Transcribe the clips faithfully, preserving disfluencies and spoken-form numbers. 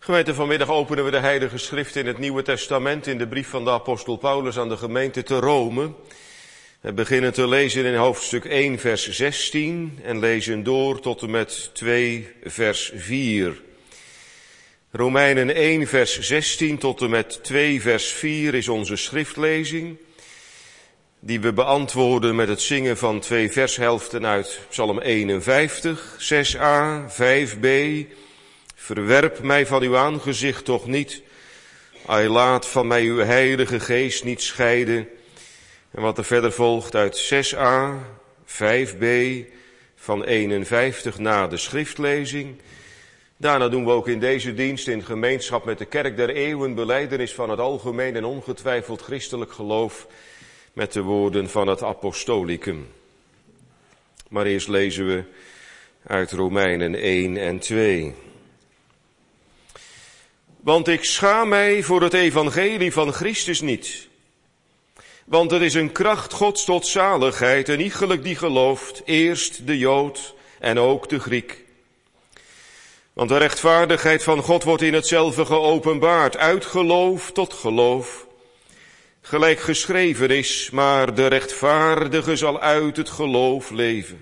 Gemeente, vanmiddag openen we de Heilige Schrift in het Nieuwe Testament in de brief van de apostel Paulus aan de gemeente te Rome. We beginnen te lezen in hoofdstuk één vers zestien en lezen door tot en met twee vers vier. Romeinen één vers zestien tot en met twee vers vier is onze schriftlezing, die we beantwoorden met het zingen van twee vershelften uit Psalm eenenvijftig, zes a, vijf b... Verwerp mij van uw aangezicht toch niet, ai laat van mij uw heilige geest niet scheiden. En wat er verder volgt uit zes a, vijf b, van eenenvijftig na de schriftlezing. Daarna doen we ook in deze dienst in gemeenschap met de Kerk der Eeuwen belijdenis van het algemeen en ongetwijfeld christelijk geloof met de woorden van het apostolicum. Maar eerst lezen we uit Romeinen één en twee. Want ik schaam mij voor het evangelie van Christus niet. Want het is een kracht Gods tot zaligheid en iegelijk die gelooft, eerst de Jood en ook de Griek. Want de rechtvaardigheid van God wordt in hetzelfde geopenbaard, uit geloof tot geloof. Gelijk geschreven is, maar de rechtvaardige zal uit het geloof leven.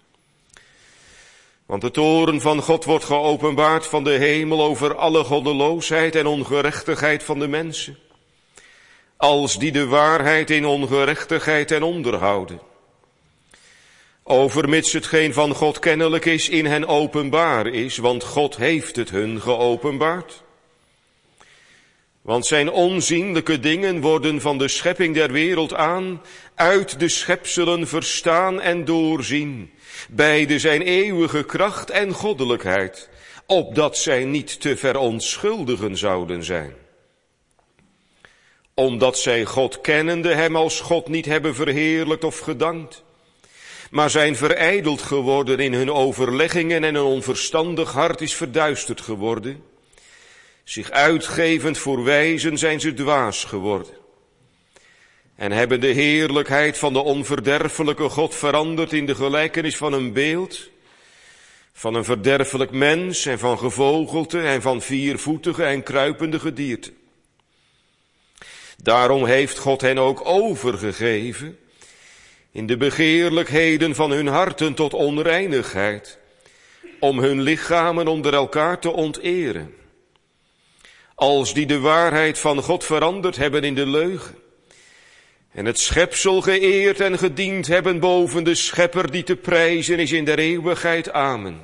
Want de toorn van God wordt geopenbaard van de hemel over alle goddeloosheid en ongerechtigheid van de mensen, als die de waarheid in ongerechtigheid ten onder houden. Overmits hetgeen van God kennelijk is in hen openbaar is, want God heeft het hun geopenbaard. Want zijn onzienlijke dingen worden van de schepping der wereld aan uit de schepselen verstaan en doorzien. Beide zijn eeuwige kracht en goddelijkheid, opdat zij niet te verontschuldigen zouden zijn. Omdat zij God kennende hem als God niet hebben verheerlijkt of gedankt, maar zijn verijdeld geworden in hun overleggingen en een onverstandig hart is verduisterd geworden. Zich uitgevend voor wijzen zijn ze dwaas geworden. En hebben de heerlijkheid van de onverderfelijke God veranderd in de gelijkenis van een beeld, van een verderfelijk mens en van gevogelte en van viervoetige en kruipende gedierte. Daarom heeft God hen ook overgegeven in de begeerlijkheden van hun harten tot onreinigheid, om hun lichamen onder elkaar te onteren. Als die de waarheid van God veranderd hebben in de leugen, en het schepsel geëerd en gediend hebben boven de schepper die te prijzen is in der eeuwigheid. Amen.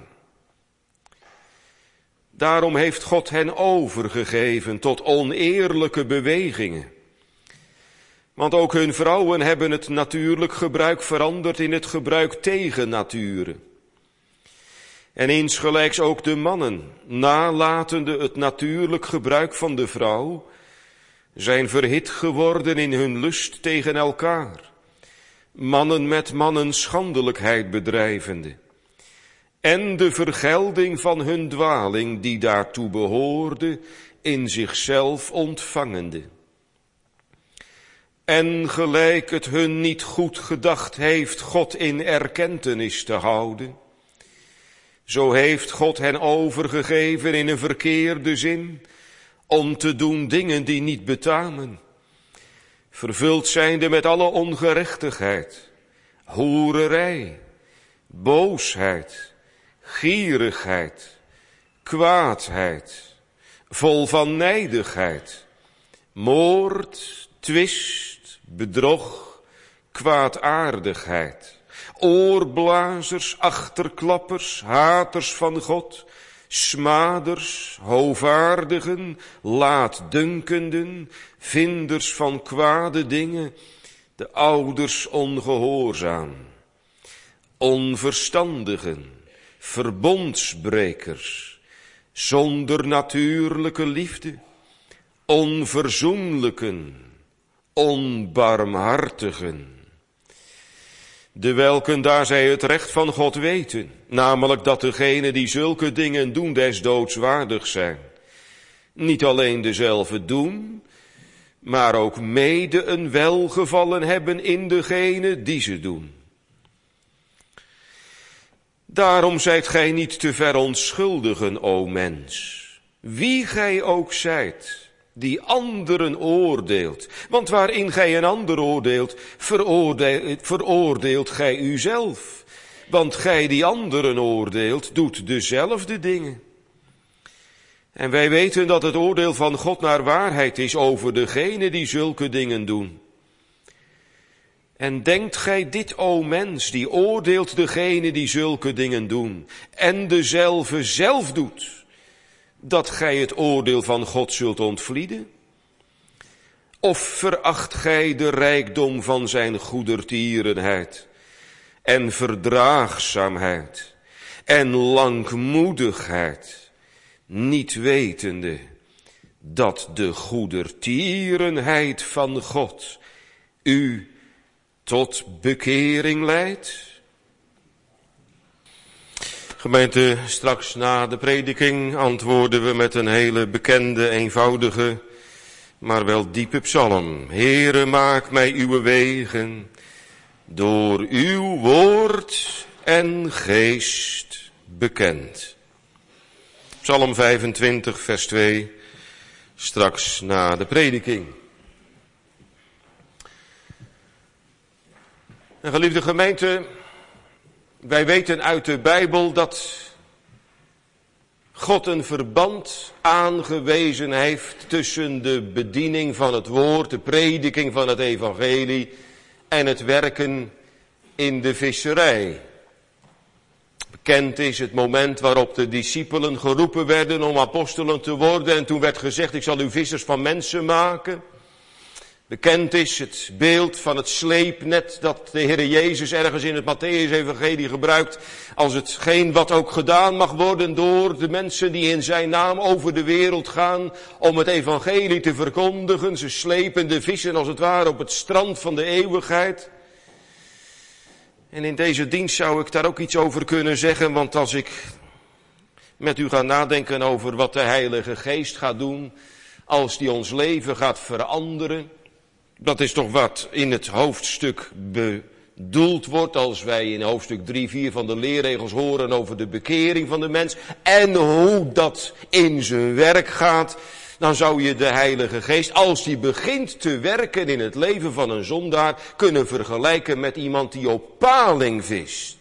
Daarom heeft God hen overgegeven tot oneerlijke bewegingen. Want ook hun vrouwen hebben het natuurlijk gebruik veranderd in het gebruik tegen nature. En insgelijks ook de mannen, nalatende het natuurlijk gebruik van de vrouw, zijn verhit geworden in hun lust tegen elkaar, mannen met mannen schandelijkheid bedrijvende, en de vergelding van hun dwaling die daartoe behoorde, in zichzelf ontvangende. En gelijk het hun niet goed gedacht heeft God in erkentenis te houden, zo heeft God hen overgegeven in een verkeerde zin, om te doen dingen die niet betamen, vervuld zijnde met alle ongerechtigheid, hoererij, boosheid, gierigheid, kwaadheid, vol van nijdigheid, moord, twist, bedrog, kwaadaardigheid, oorblazers, achterklappers, haters van God, smaders, hovaardigen, laatdunkenden, vinders van kwade dingen, de ouders ongehoorzaam, onverstandigen, verbondsbrekers, zonder natuurlijke liefde, onverzoenlijken, onbarmhartigen. De welken daar zij het recht van God weten, namelijk dat degenen die zulke dingen doen des doods waardig zijn, niet alleen dezelfde doen, maar ook mede een welgevallen hebben in degene die ze doen. Daarom zijt gij niet te verontschuldigen, o mens, wie gij ook zijt, die anderen oordeelt. Want waarin gij een ander oordeelt, veroordeelt, veroordeelt gij uzelf. Want gij die anderen oordeelt, doet dezelfde dingen. En wij weten dat het oordeel van God naar waarheid is over degenen die zulke dingen doen. En denkt gij dit, o mens, die oordeelt degene die zulke dingen doen, en dezelfde zelf doet, dat gij het oordeel van God zult ontvlieden? Of veracht gij de rijkdom van zijn goedertierenheid en verdraagzaamheid en langmoedigheid, niet wetende dat de goedertierenheid van God u tot bekering leidt? Gemeente, straks na de prediking antwoorden we met een hele bekende, eenvoudige, maar wel diepe psalm. Heere, maak mij uw wegen door uw woord en geest bekend. Psalm vijfentwintig, vers twee, straks na de prediking. En geliefde gemeente, wij weten uit de Bijbel dat God een verband aangewezen heeft tussen de bediening van het woord, de prediking van het evangelie en het werken in de visserij. Bekend is het moment waarop de discipelen geroepen werden om apostelen te worden en toen werd gezegd, ik zal u vissers van mensen maken. Bekend is het beeld van het sleepnet dat de Heer Jezus ergens in het Mattheüs-evangelie gebruikt als hetgeen wat ook gedaan mag worden door de mensen die in zijn naam over de wereld gaan om het evangelie te verkondigen. Ze slepen de vissen als het ware op het strand van de eeuwigheid. En in deze dienst zou ik daar ook iets over kunnen zeggen, want als ik met u ga nadenken over wat de Heilige Geest gaat doen, als die ons leven gaat veranderen, dat is toch wat in het hoofdstuk bedoeld wordt als wij in hoofdstuk drie, vier van de leerregels horen over de bekering van de mens en hoe dat in zijn werk gaat. Dan zou je de Heilige Geest, als die begint te werken in het leven van een zondaar, kunnen vergelijken met iemand die op paling vist.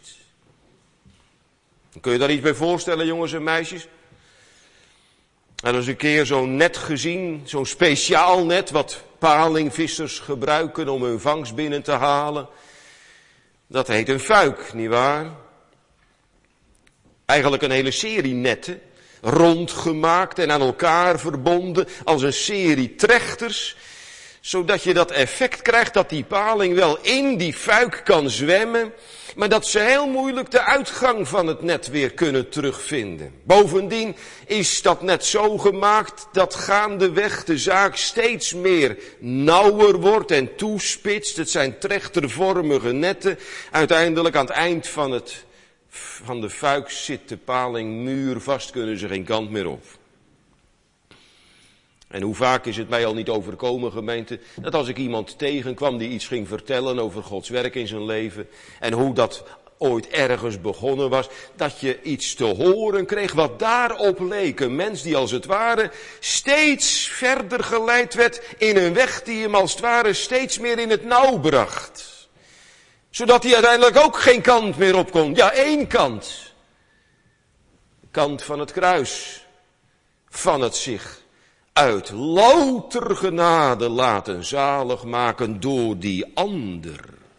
Kun je daar iets bij voorstellen, jongens en meisjes? En eens een keer zo'n net gezien, zo'n speciaal net wat palingvissers gebruiken om hun vangst binnen te halen. Dat heet een fuik, nietwaar? Eigenlijk een hele serie netten, rondgemaakt en aan elkaar verbonden als een serie trechters, zodat je dat effect krijgt dat die paling wel in die fuik kan zwemmen, maar dat ze heel moeilijk de uitgang van het net weer kunnen terugvinden. Bovendien is dat net zo gemaakt dat gaandeweg de zaak steeds meer nauwer wordt en toespitst. Het zijn trechtervormige netten. Uiteindelijk aan het eind van, het, van de fuik zit de paling muurvast, kunnen ze geen kant meer op. En hoe vaak is het mij al niet overkomen, gemeente, dat als ik iemand tegenkwam die iets ging vertellen over Gods werk in zijn leven en hoe dat ooit ergens begonnen was, dat je iets te horen kreeg wat daarop leek. Een mens die als het ware steeds verder geleid werd in een weg die hem als het ware steeds meer in het nauw bracht. Zodat hij uiteindelijk ook geen kant meer op kon. Ja, één kant. De kant van het kruis. Van het zich uit louter genade laten zalig maken door die ander.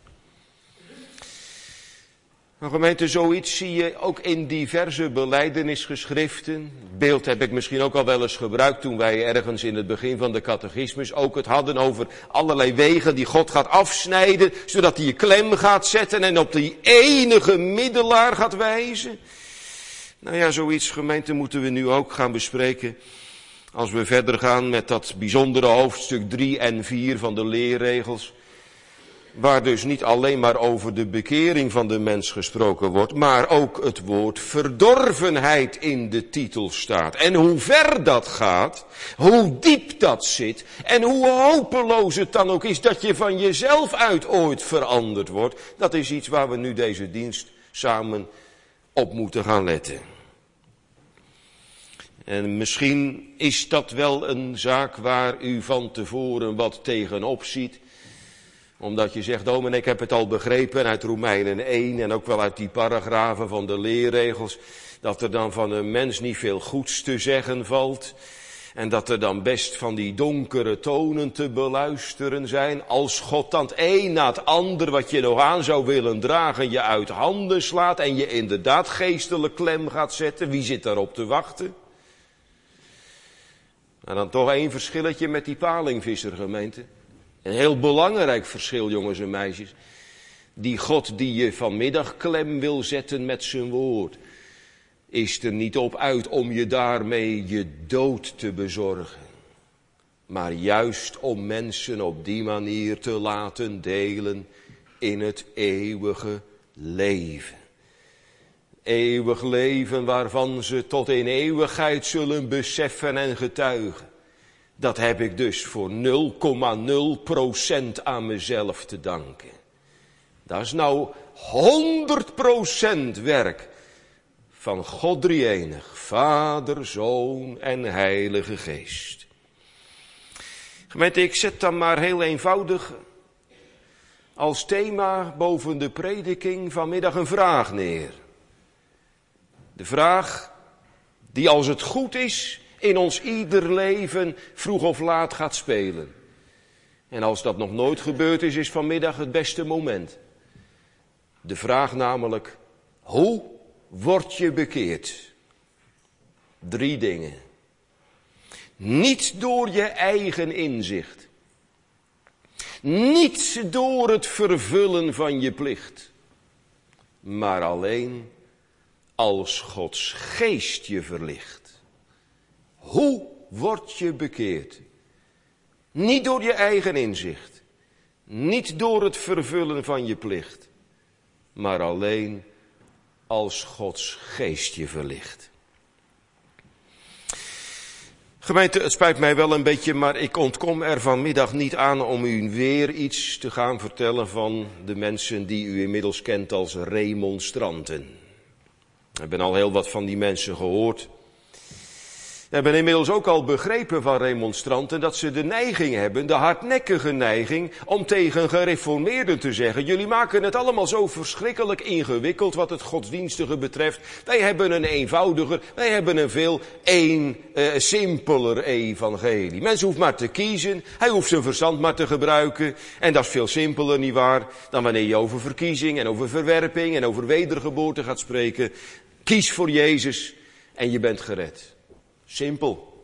Nou, gemeente, zoiets zie je ook in diverse belijdenisgeschriften. Beeld heb ik misschien ook al wel eens gebruikt toen wij ergens in het begin van de catechismus ook het hadden over allerlei wegen die God gaat afsnijden, zodat hij je klem gaat zetten en op die enige middelaar gaat wijzen. Nou ja, zoiets, gemeente, moeten we nu ook gaan bespreken als we verder gaan met dat bijzondere hoofdstuk drie en vier van de leerregels, waar dus niet alleen maar over de bekering van de mens gesproken wordt, maar ook het woord verdorvenheid in de titel staat. En hoe ver dat gaat, hoe diep dat zit en hoe hopeloos het dan ook is dat je van jezelf uit ooit veranderd wordt, dat is iets waar we nu deze dienst samen op moeten gaan letten. En misschien is dat wel een zaak waar u van tevoren wat tegenop ziet. Omdat je zegt, oh, maar ik heb het al begrepen uit Romeinen één en ook wel uit die paragrafen van de leerregels, dat er dan van een mens niet veel goeds te zeggen valt. En dat er dan best van die donkere tonen te beluisteren zijn. Als God dan het een na het ander wat je nog aan zou willen dragen je uit handen slaat. En je inderdaad geestelijk klem gaat zetten. Wie zit daarop te wachten? En dan toch één verschilletje met die palingvissergemeente. Een heel belangrijk verschil, jongens en meisjes. Die God die je vanmiddag klem wil zetten met zijn woord, is er niet op uit om je daarmee je dood te bezorgen. Maar juist om mensen op die manier te laten delen in het eeuwige leven. Eeuwig leven waarvan ze tot in eeuwigheid zullen beseffen en getuigen. Dat heb ik dus voor nul komma nul procent aan mezelf te danken. Dat is nou honderd procent werk van God drie-enig, Vader, Zoon en Heilige Geest. Gemeente, ik zet dan maar heel eenvoudig als thema boven de prediking vanmiddag een vraag neer. De vraag die, als het goed is, in ons ieder leven vroeg of laat gaat spelen. En als dat nog nooit gebeurd is, is vanmiddag het beste moment. De vraag namelijk, hoe word je bekeerd? Drie dingen. Niet door je eigen inzicht. Niet door het vervullen van je plicht. Maar alleen als Gods geest je verlicht. Hoe word je bekeerd? Niet door je eigen inzicht. Niet door het vervullen van je plicht. Maar alleen als Gods geest je verlicht. Gemeente, het spijt mij wel een beetje, maar ik ontkom er vanmiddag niet aan om u weer iets te gaan vertellen van de mensen die u inmiddels kent als remonstranten. We hebben al heel wat van die mensen gehoord. We hebben inmiddels ook al begrepen van remonstranten dat ze de neiging hebben, de hardnekkige neiging, om tegen gereformeerden te zeggen, jullie maken het allemaal zo verschrikkelijk ingewikkeld wat het godsdienstige betreft. Wij hebben een eenvoudiger, wij hebben een veel een, uh, simpeler evangelie. Mens hoeft maar te kiezen, hij hoeft zijn verstand maar te gebruiken. En dat is veel simpeler, nietwaar, dan wanneer je over verkiezing en over verwerping en over wedergeboorte gaat spreken. Kies voor Jezus en je bent gered. Simpel.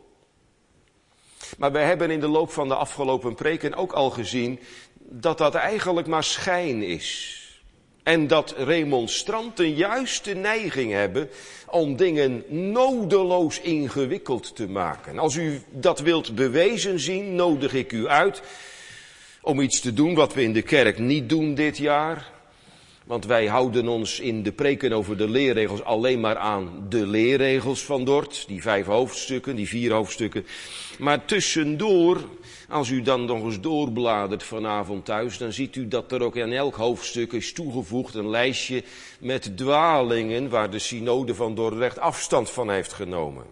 Maar wij hebben in de loop van de afgelopen preken ook al gezien dat dat eigenlijk maar schijn is. En dat remonstranten juist de neiging hebben om dingen nodeloos ingewikkeld te maken. Als u dat wilt bewezen zien, nodig ik u uit om iets te doen wat we in de kerk niet doen dit jaar. Want wij houden ons in de preken over de leerregels alleen maar aan de leerregels van Dort. Die vijf hoofdstukken, die vier hoofdstukken. Maar tussendoor, als u dan nog eens doorbladert vanavond thuis, dan ziet u dat er ook aan elk hoofdstuk is toegevoegd een lijstje met dwalingen waar de synode van Dordrecht afstand van heeft genomen.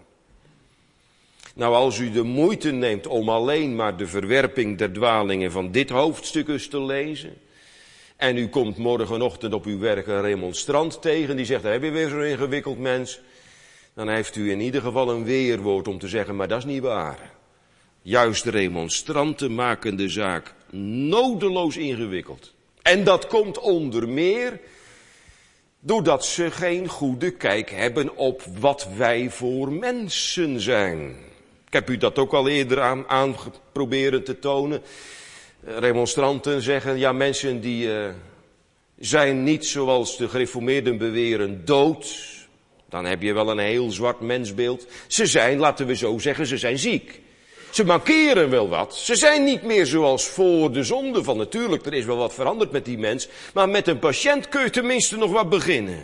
Nou, als u de moeite neemt om alleen maar de verwerping der dwalingen van dit hoofdstuk eens te lezen, en u komt morgenochtend op uw werk een remonstrant tegen die zegt, daar heb je weer zo'n ingewikkeld mens. Dan heeft u in ieder geval een weerwoord om te zeggen, maar dat is niet waar. Juist de remonstranten maken de zaak nodeloos ingewikkeld. En dat komt onder meer doordat ze geen goede kijk hebben op wat wij voor mensen zijn. Ik heb u dat ook al eerder aan, aan proberen te tonen. Remonstranten zeggen, ja, mensen die uh, zijn niet zoals de gereformeerden beweren dood. Dan heb je wel een heel zwart mensbeeld. Ze zijn, laten we zo zeggen, ze zijn ziek. Ze mankeren wel wat. Ze zijn niet meer zoals voor de zonde van. Natuurlijk, er is wel wat veranderd met die mens. Maar met een patiënt kun je tenminste nog wat beginnen.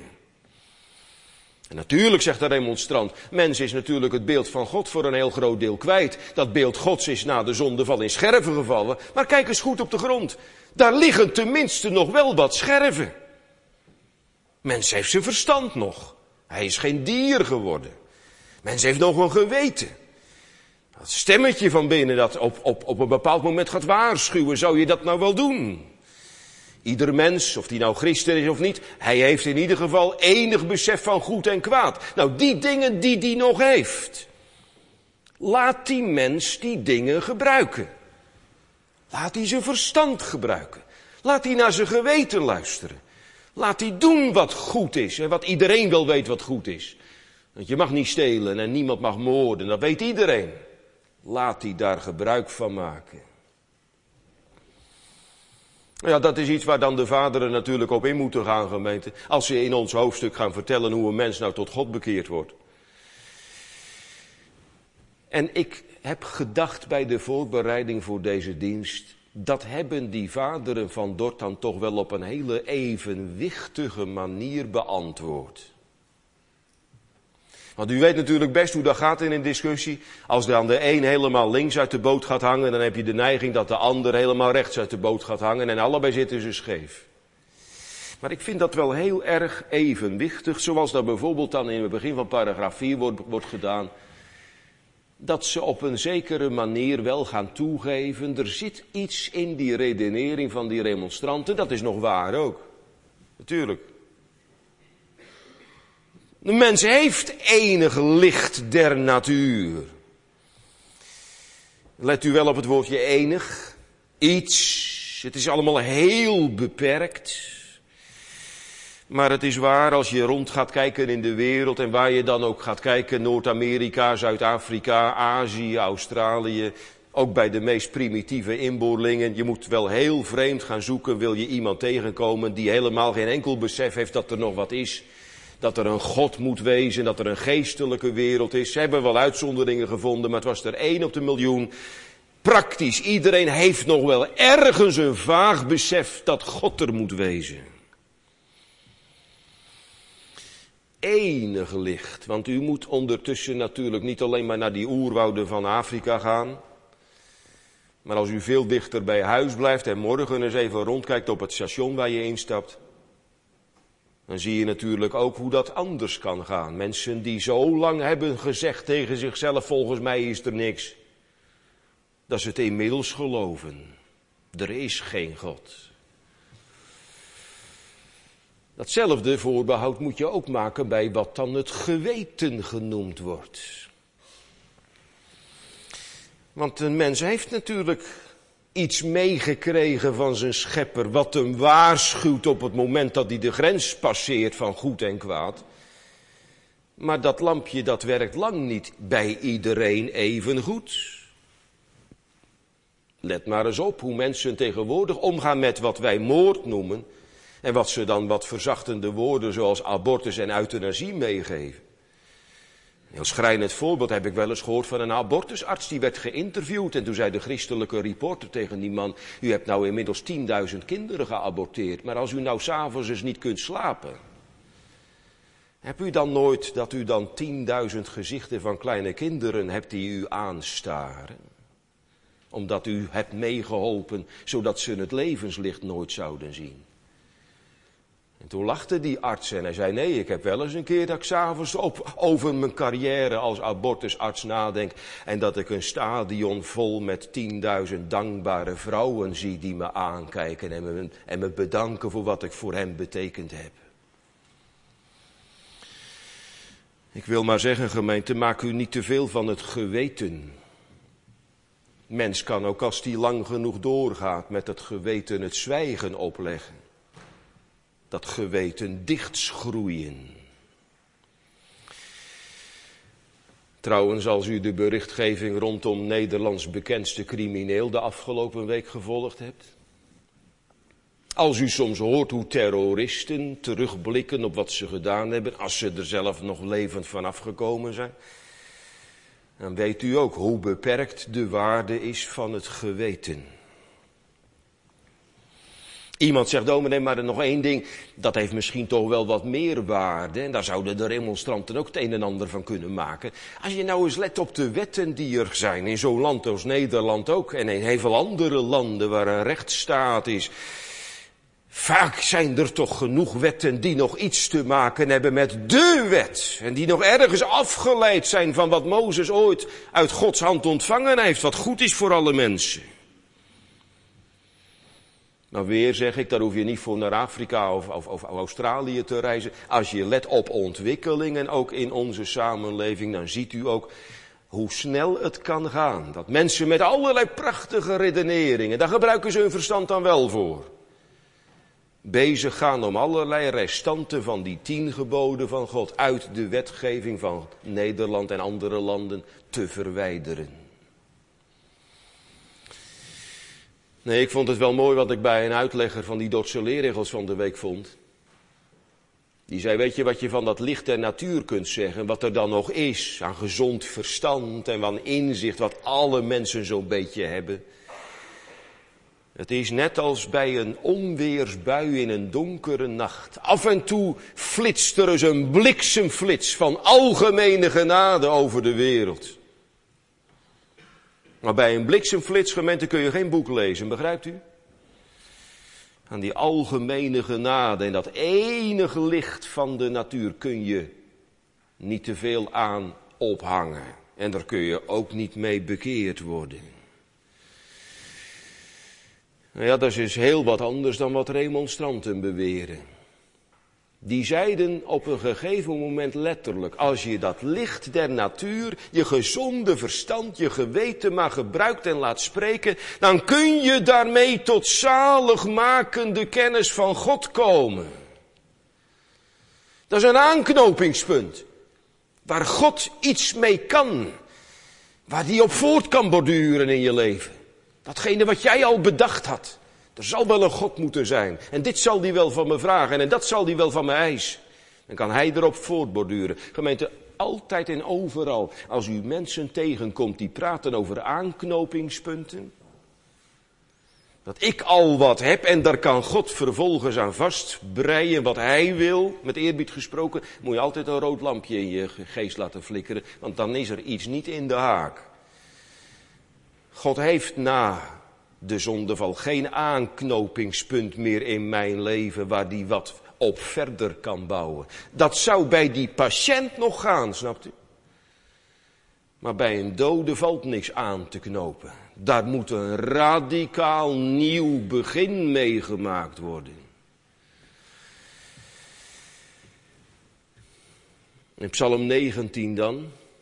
En natuurlijk, zegt de remonstrant, mens is natuurlijk het beeld van God voor een heel groot deel kwijt. Dat beeld Gods is na de zondeval in scherven gevallen. Maar kijk eens goed op de grond. Daar liggen tenminste nog wel wat scherven. Mens heeft zijn verstand nog. Hij is geen dier geworden. Mens heeft nog een geweten. Dat stemmetje van binnen dat op, op, op een bepaald moment gaat waarschuwen. Zou je dat nou wel doen? Ieder mens, of die nou christen is of niet, hij heeft in ieder geval enig besef van goed en kwaad. Nou, die dingen die die nog heeft. Laat die mens die dingen gebruiken. Laat die zijn verstand gebruiken. Laat die naar zijn geweten luisteren. Laat die doen wat goed is en wat iedereen wel weet wat goed is. Want je mag niet stelen en niemand mag moorden, dat weet iedereen. Laat die daar gebruik van maken. Ja, dat is iets waar dan de vaderen natuurlijk op in moeten gaan, gemeente. Als ze in ons hoofdstuk gaan vertellen hoe een mens nou tot God bekeerd wordt. En ik heb gedacht bij de voorbereiding voor deze dienst, dat hebben die vaderen van Dort dan toch wel op een hele evenwichtige manier beantwoord. Want u weet natuurlijk best hoe dat gaat in een discussie. Als dan de een helemaal links uit de boot gaat hangen, dan heb je de neiging dat de ander helemaal rechts uit de boot gaat hangen en allebei zitten ze scheef. Maar ik vind dat wel heel erg evenwichtig, zoals dat bijvoorbeeld dan in het begin van paragraaf vier wordt, wordt gedaan. Dat ze op een zekere manier wel gaan toegeven, er zit iets in die redenering van die remonstranten, dat is nog waar ook. Natuurlijk. De mens heeft enig licht der natuur. Let u wel op het woordje enig. Iets. Het is allemaal heel beperkt. Maar het is waar als je rond gaat kijken in de wereld en waar je dan ook gaat kijken, Noord-Amerika, Zuid-Afrika, Azië, Australië, ook bij de meest primitieve inboorlingen. Je moet wel heel vreemd gaan zoeken, wil je iemand tegenkomen die helemaal geen enkel besef heeft dat er nog wat is. Dat er een God moet wezen, dat er een geestelijke wereld is. Ze hebben wel uitzonderingen gevonden, maar het was er één op de miljoen. Praktisch iedereen heeft nog wel ergens een vaag besef dat God er moet wezen. Enig licht, want u moet ondertussen natuurlijk niet alleen maar naar die oerwouden van Afrika gaan. Maar als u veel dichter bij huis blijft en morgen eens even rondkijkt op het station waar je instapt, dan zie je natuurlijk ook hoe dat anders kan gaan. Mensen die zo lang hebben gezegd tegen zichzelf, volgens mij is er niks. Dat ze het inmiddels geloven. Er is geen God. Datzelfde voorbehoud moet je ook maken bij wat dan het geweten genoemd wordt. Want een mens heeft natuurlijk iets meegekregen van zijn schepper, wat hem waarschuwt op het moment dat hij de grens passeert van goed en kwaad. Maar dat lampje, dat werkt lang niet bij iedereen even goed. Let maar eens op hoe mensen tegenwoordig omgaan met wat wij moord noemen en wat ze dan wat verzachtende woorden zoals abortus en euthanasie meegeven. Een heel schrijnend voorbeeld heb ik wel eens gehoord van een abortusarts die werd geïnterviewd. En toen zei de christelijke reporter tegen die man, u hebt nou inmiddels tienduizend kinderen geaborteerd, maar als u nou 's avonds eens niet kunt slapen, hebt u dan nooit dat u dan tienduizend gezichten van kleine kinderen hebt die u aanstaren? Omdat u hebt meegeholpen, zodat ze het levenslicht nooit zouden zien. En toen lachte die arts en hij zei, nee, ik heb wel eens een keer dat ik 's avonds op, over mijn carrière als abortusarts nadenk. En dat ik een stadion vol met tienduizend dankbare vrouwen zie die me aankijken en me, en me bedanken voor wat ik voor hen betekend heb. Ik wil maar zeggen, gemeente, maak u niet te veel van het geweten. Mens kan ook als die lang genoeg doorgaat met het geweten het zwijgen opleggen. Dat geweten dichtschroeien. Trouwens, als u de berichtgeving rondom Nederlands bekendste crimineel de afgelopen week gevolgd hebt. Als u soms hoort hoe terroristen terugblikken op wat ze gedaan hebben, als ze er zelf nog levend van afgekomen zijn. Dan weet u ook hoe beperkt de waarde is van het geweten. Iemand zegt, dominee, maar er nog één ding, dat heeft misschien toch wel wat meer waarde. En daar zouden de remonstranten ook het een en ander van kunnen maken. Als je nou eens let op de wetten die er zijn, in zo'n land als Nederland ook, en in heel veel andere landen waar een rechtsstaat is. Vaak zijn er toch genoeg wetten die nog iets te maken hebben met de wet. En die nog ergens afgeleid zijn van wat Mozes ooit uit Gods hand ontvangen heeft. Wat goed is voor alle mensen. Nou weer zeg ik, daar hoef je niet voor naar Afrika of, of, of Australië te reizen. Als je let op ontwikkelingen ook in onze samenleving, dan ziet u ook hoe snel het kan gaan. Dat mensen met allerlei prachtige redeneringen, daar gebruiken ze hun verstand dan wel voor. Bezig gaan om allerlei restanten van die tien geboden van God uit de wetgeving van Nederland en andere landen te verwijderen. Nee, ik vond het wel mooi wat ik bij een uitlegger van die Dordtse leerregels van de week vond. Die zei, weet je wat je van dat licht der natuur kunt zeggen, wat er dan nog is aan gezond verstand en aan inzicht, wat alle mensen zo'n beetje hebben. Het is net als bij een onweersbui in een donkere nacht. Af en toe flitst er eens een bliksemflits van algemene genade over de wereld. Maar bij een bliksemflits, gemeente, kun je geen boek lezen, begrijpt u? Aan die algemene genade en dat enige licht van de natuur kun je niet te veel aan ophangen. En daar kun je ook niet mee bekeerd worden. Nou ja, dat is dus heel wat anders dan wat remonstranten beweren. Die zeiden op een gegeven moment letterlijk, als je dat licht der natuur, je gezonde verstand, je geweten maar gebruikt en laat spreken, dan kun je daarmee tot zaligmakende kennis van God komen. Dat is een aanknopingspunt, waar God iets mee kan, waar die op voort kan borduren in je leven. Datgene wat jij al bedacht had. Er zal wel een God moeten zijn. En dit zal die wel van me vragen. En dat zal die wel van me eisen. Dan kan hij erop voortborduren. Gemeente, altijd en overal. Als u mensen tegenkomt die praten over aanknopingspunten. Dat ik al wat heb en daar kan God vervolgens aan vastbreien wat hij wil. Met eerbied gesproken moet je altijd een rood lampje in je geest laten flikkeren. Want dan is er iets niet in de haak. God heeft na de zondeval geen aanknopingspunt meer in mijn leven waar die wat op verder kan bouwen. Dat zou bij die patiënt nog gaan, snapt u? Maar bij een dode valt niks aan te knopen. Daar moet een radicaal nieuw begin meegemaakt worden. In Psalm negentien dan.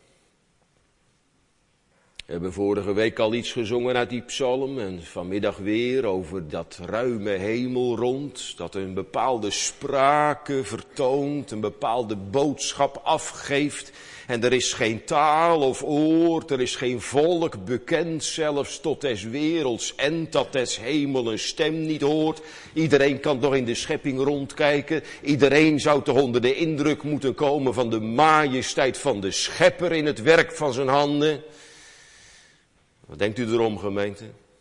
We hebben vorige week al iets gezongen uit die psalm en vanmiddag weer over dat ruime hemelrond, dat een bepaalde sprake vertoont, een bepaalde boodschap afgeeft. En er is geen taal of oord, er is geen volk bekend zelfs tot des werelds end dat des hemel een stem niet hoort. Iedereen kan toch in de schepping rondkijken. Iedereen zou toch onder de indruk moeten komen van de majesteit van de schepper in het werk van zijn handen. Wat denkt u erom, gemeente?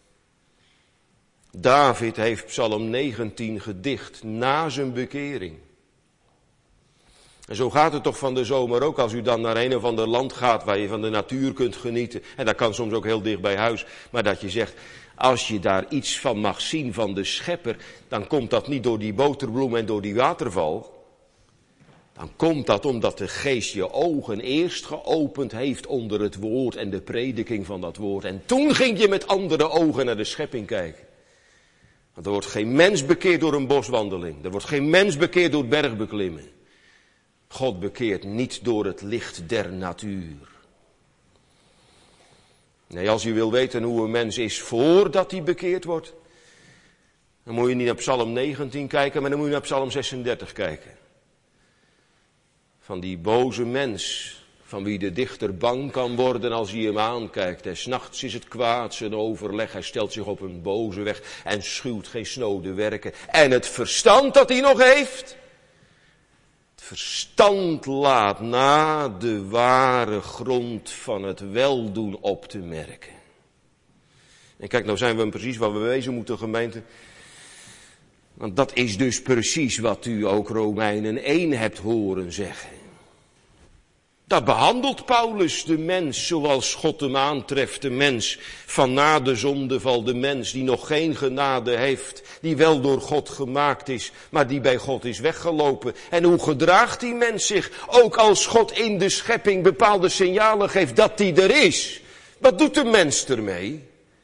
David heeft Psalm negentien gedicht na zijn bekering. En zo gaat het toch van de zomer ook als u dan naar een of ander land gaat waar je van de natuur kunt genieten. En dat kan soms ook heel dicht bij huis. Maar dat je zegt, als je daar iets van mag zien van de schepper, dan komt dat niet door die boterbloem en door die waterval. Dan komt dat omdat de geest je ogen eerst geopend heeft onder het woord en de prediking van dat woord. En toen ging je met andere ogen naar de schepping kijken. Want er wordt geen mens bekeerd door een boswandeling. Er wordt geen mens bekeerd door bergbeklimmen. God bekeert niet door het licht der natuur. Nee, als u wil weten hoe een mens is voordat hij bekeerd wordt, dan moet je niet naar Psalm negentien kijken, maar dan moet je naar Psalm zesendertig kijken. Van die boze mens, van wie de dichter bang kan worden als hij hem aankijkt. En 's nachts is het kwaad zijn overleg, hij stelt zich op een boze weg en schuwt geen snode werken. En het verstand dat hij nog heeft, het verstand laat na de ware grond van het weldoen op te merken. En kijk, nou zijn we precies waar we wezen moeten, gemeente. Want dat is dus precies wat u ook Romeinen één hebt horen zeggen. Daar behandelt Paulus de mens zoals God hem aantreft. De mens van na de zondeval, de mens die nog geen genade heeft. Die wel door God gemaakt is, maar die bij God is weggelopen. En hoe gedraagt die mens zich? Ook als God in de schepping bepaalde signalen geeft dat die er is. Wat doet de mens ermee?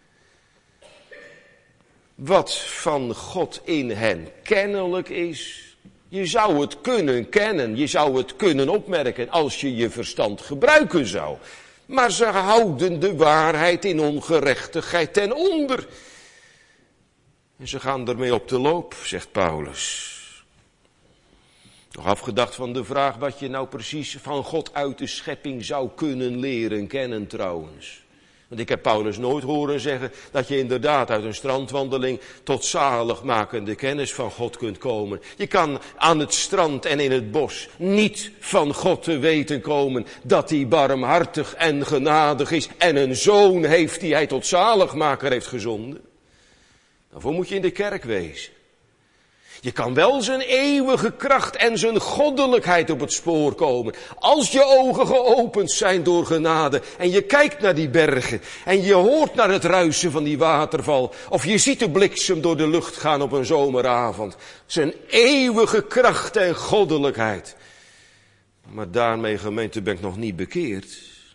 Wat van God in hen kennelijk is. Je zou het kunnen kennen, je zou het kunnen opmerken als je je verstand gebruiken zou. Maar ze houden de waarheid in ongerechtigheid ten onder. En ze gaan ermee op de loop, zegt Paulus. Nog afgedacht van de vraag wat je nou precies van God uit de schepping zou kunnen leren kennen trouwens. Want ik heb Paulus nooit horen zeggen dat je inderdaad uit een strandwandeling tot zaligmakende kennis van God kunt komen. Je kan aan het strand en in het bos niet van God te weten komen dat hij barmhartig en genadig is en een zoon heeft die hij tot zaligmaker heeft gezonden. Daarvoor moet je in de kerk wezen. Je kan wel zijn eeuwige kracht en zijn goddelijkheid op het spoor komen. Als je ogen geopend zijn door genade en je kijkt naar die bergen en je hoort naar het ruisen van die waterval. Of je ziet de bliksem door de lucht gaan op een zomeravond. Zijn eeuwige kracht en goddelijkheid. Maar daarmee, gemeente, ben ik nog niet bekeerd.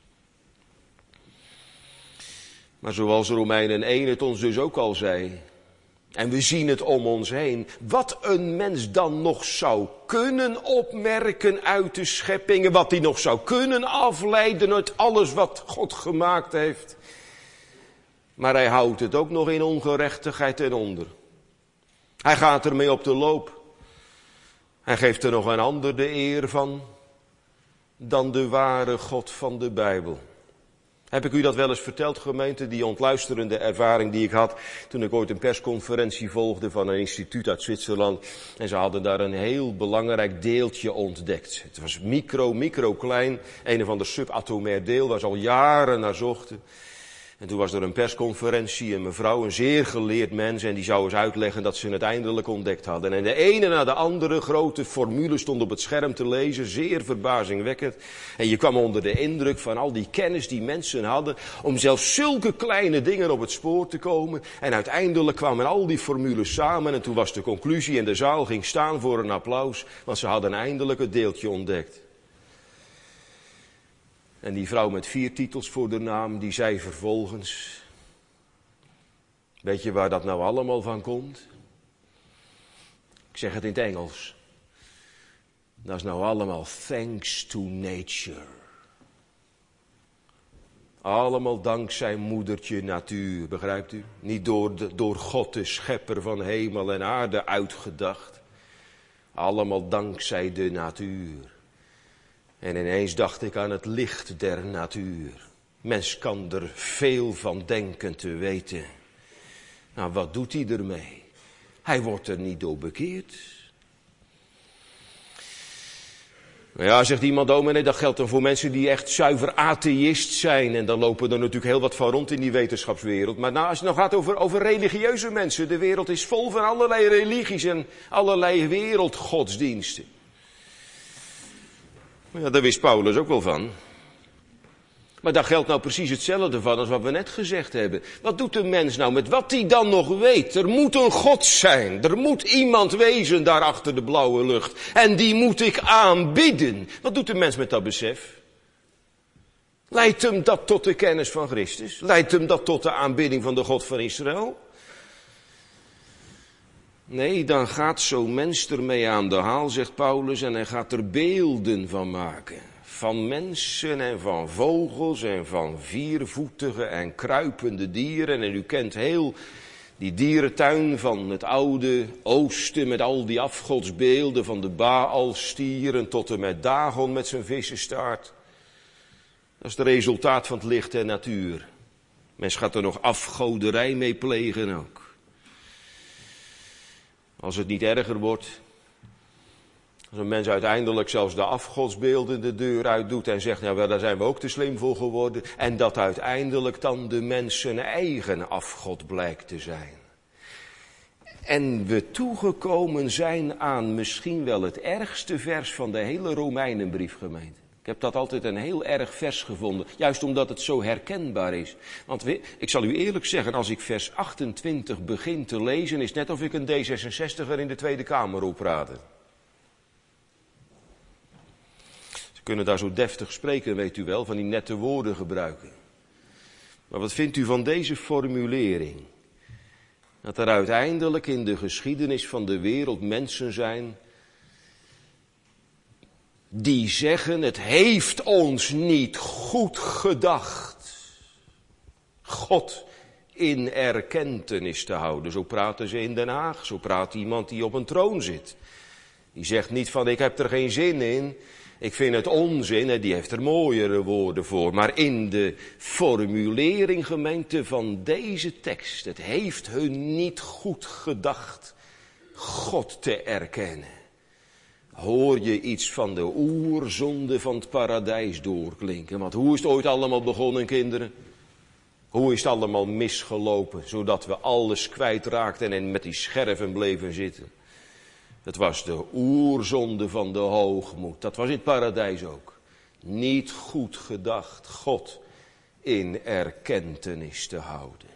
Maar zoals Romeinen één het ons dus ook al zei. En we zien het om ons heen. Wat een mens dan nog zou kunnen opmerken uit de scheppingen. Wat hij nog zou kunnen afleiden uit alles wat God gemaakt heeft. Maar hij houdt het ook nog in ongerechtigheid ten onder. Hij gaat ermee op de loop. Hij geeft er nog een ander de eer van dan de ware God van de Bijbel. Heb ik u dat wel eens verteld, gemeente, die ontluisterende ervaring die ik had toen ik ooit een persconferentie volgde van een instituut uit Zwitserland. En ze hadden daar een heel belangrijk deeltje ontdekt. Het was micro, micro klein, een of ander subatomair deel waar ze al jaren naar zochten. En toen was er een persconferentie, een mevrouw, een zeer geleerd mens, en die zou eens uitleggen dat ze het eindelijk ontdekt hadden. En de ene na de andere grote formule stond op het scherm te lezen, zeer verbazingwekkend. En je kwam onder de indruk van al die kennis die mensen hadden, om zelfs zulke kleine dingen op het spoor te komen. En uiteindelijk kwamen al die formules samen en toen was de conclusie en de zaal ging staan voor een applaus, want ze hadden eindelijk het deeltje ontdekt. En die vrouw met vier titels voor de naam, die zei vervolgens, weet je waar dat nou allemaal van komt? Ik zeg het in het Engels. Dat is nou allemaal thanks to nature. Allemaal dankzij moedertje natuur, begrijpt u? Niet door, de, door God de schepper van hemel en aarde uitgedacht. Allemaal dankzij de natuur. En ineens dacht ik aan het licht der natuur. Mens kan er veel van denken te weten. Nou, wat doet hij ermee? Hij wordt er niet door bekeerd. Nou ja, zegt iemand, oh nee, dat geldt dan voor mensen die echt zuiver atheïst zijn. En dan lopen er natuurlijk heel wat van rond in die wetenschapswereld. Maar nou, als het nou gaat over, over religieuze mensen, de wereld is vol van allerlei religies en allerlei wereldgodsdiensten. Ja, daar wist Paulus ook wel van. Maar daar geldt nou precies hetzelfde van als wat we net gezegd hebben. Wat doet de mens nou met wat hij dan nog weet? Er moet een God zijn. Er moet iemand wezen daar achter de blauwe lucht. En die moet ik aanbidden. Wat doet de mens met dat besef? Leidt hem dat tot de kennis van Christus? Leidt hem dat tot de aanbidding van de God van Israël? Nee, dan gaat zo'n mens ermee aan de haal, zegt Paulus, en hij gaat er beelden van maken. Van mensen en van vogels en van viervoetige en kruipende dieren. En u kent heel die dierentuin van het oude oosten met al die afgodsbeelden van de Baalstieren tot en met Dagon met zijn vissenstaart. Dat is het resultaat van het licht der natuur. Mens gaat er nog afgoderij mee plegen ook. Als het niet erger wordt, als een mens uiteindelijk zelfs de afgodsbeelden de deur uit doet en zegt, nou daar zijn we ook te slim voor geworden. En dat uiteindelijk dan de mens zijn eigen afgod blijkt te zijn. En we toegekomen zijn aan misschien wel het ergste vers van de hele Romeinenbrief, gemeente. Ik heb dat altijd een heel erg vers gevonden. Juist omdat het zo herkenbaar is. Want we, ik zal u eerlijk zeggen, als ik vers achtentwintig begin te lezen, is het net of ik een D zesenzestiger in de Tweede Kamer opraadde. Ze kunnen daar zo deftig spreken, weet u wel, van die nette woorden gebruiken. Maar wat vindt u van deze formulering? Dat er uiteindelijk in de geschiedenis van de wereld mensen zijn die zeggen, het heeft ons niet goed gedacht God in erkentenis te houden. Zo praten ze in Den Haag, zo praat iemand die op een troon zit. Die zegt niet van, ik heb er geen zin in, ik vind het onzin, en die heeft er mooiere woorden voor. Maar in de formulering, gemeente, van deze tekst, het heeft hun niet goed gedacht God te erkennen. Hoor je iets van de oerzonde van het paradijs doorklinken. Want hoe is het ooit allemaal begonnen, kinderen? Hoe is het allemaal misgelopen, zodat we alles kwijtraakten en met die scherven bleven zitten? Het was de oerzonde van de hoogmoed. Dat was in het paradijs ook. Niet goed gedacht God in erkentenis te houden.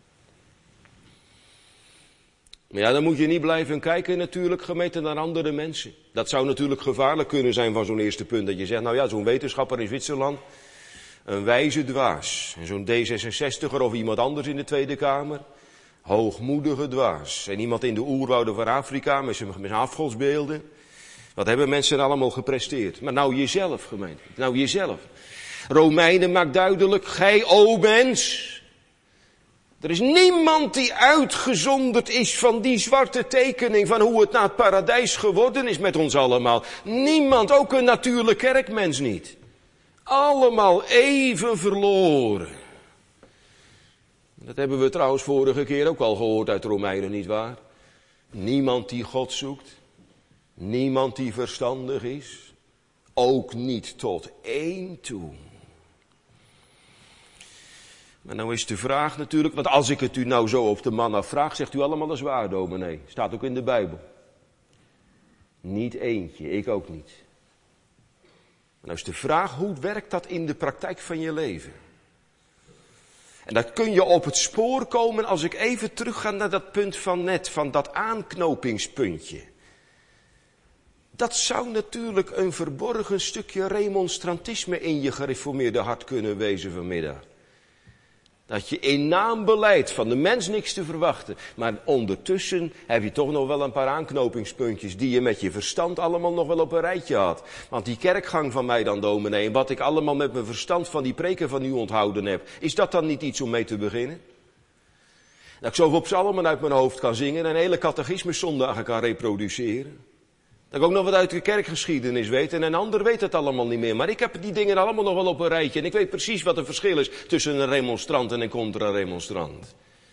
Maar ja, dan moet je niet blijven kijken natuurlijk, gemeente, naar andere mensen. Dat zou natuurlijk gevaarlijk kunnen zijn van zo'n eerste punt. Dat je zegt, nou ja, zo'n wetenschapper in Zwitserland, een wijze dwaas. En zo'n D zesenzestiger of iemand anders in de Tweede Kamer, hoogmoedige dwaas. En iemand in de oerwouden van Afrika met zijn, met zijn afgodsbeelden. Wat hebben mensen allemaal gepresteerd? Maar nou jezelf, gemeente. Nou jezelf. Romeinen maakt duidelijk, gij, o mens. Er is niemand die uitgezonderd is van die zwarte tekening van hoe het naar het paradijs geworden is met ons allemaal. Niemand, ook een natuurlijk kerkmens niet. Allemaal even verloren. Dat hebben we trouwens vorige keer ook al gehoord uit Romeinen, nietwaar? Niemand die God zoekt. Niemand die verstandig is. Ook niet tot één toe. Maar nou is de vraag natuurlijk, want als ik het u nou zo op de man afvraag, zegt u allemaal een zwaar, dominee. Staat ook in de Bijbel. Niet eentje, ik ook niet. Maar nou is de vraag, hoe werkt dat in de praktijk van je leven? En dat kun je op het spoor komen als ik even terugga naar dat punt van net, van dat aanknopingspuntje. Dat zou natuurlijk een verborgen stukje remonstrantisme in je gereformeerde hart kunnen wezen vanmiddag. Dat je in naam beleidt van de mens niks te verwachten. Maar ondertussen heb je toch nog wel een paar aanknopingspuntjes die je met je verstand allemaal nog wel op een rijtje had. Want die kerkgang van mij dan, dominee, en wat ik allemaal met mijn verstand van die preken van u onthouden heb, is dat dan niet iets om mee te beginnen? Dat ik zoveel psalmen uit mijn hoofd kan zingen en hele catechismuszondagen kan reproduceren. Dat ik ook nog wat uit de kerkgeschiedenis weet en een ander weet het allemaal niet meer. Maar ik heb die dingen allemaal nog wel op een rijtje en ik weet precies wat het verschil is tussen een remonstrant en een contra-remonstrant.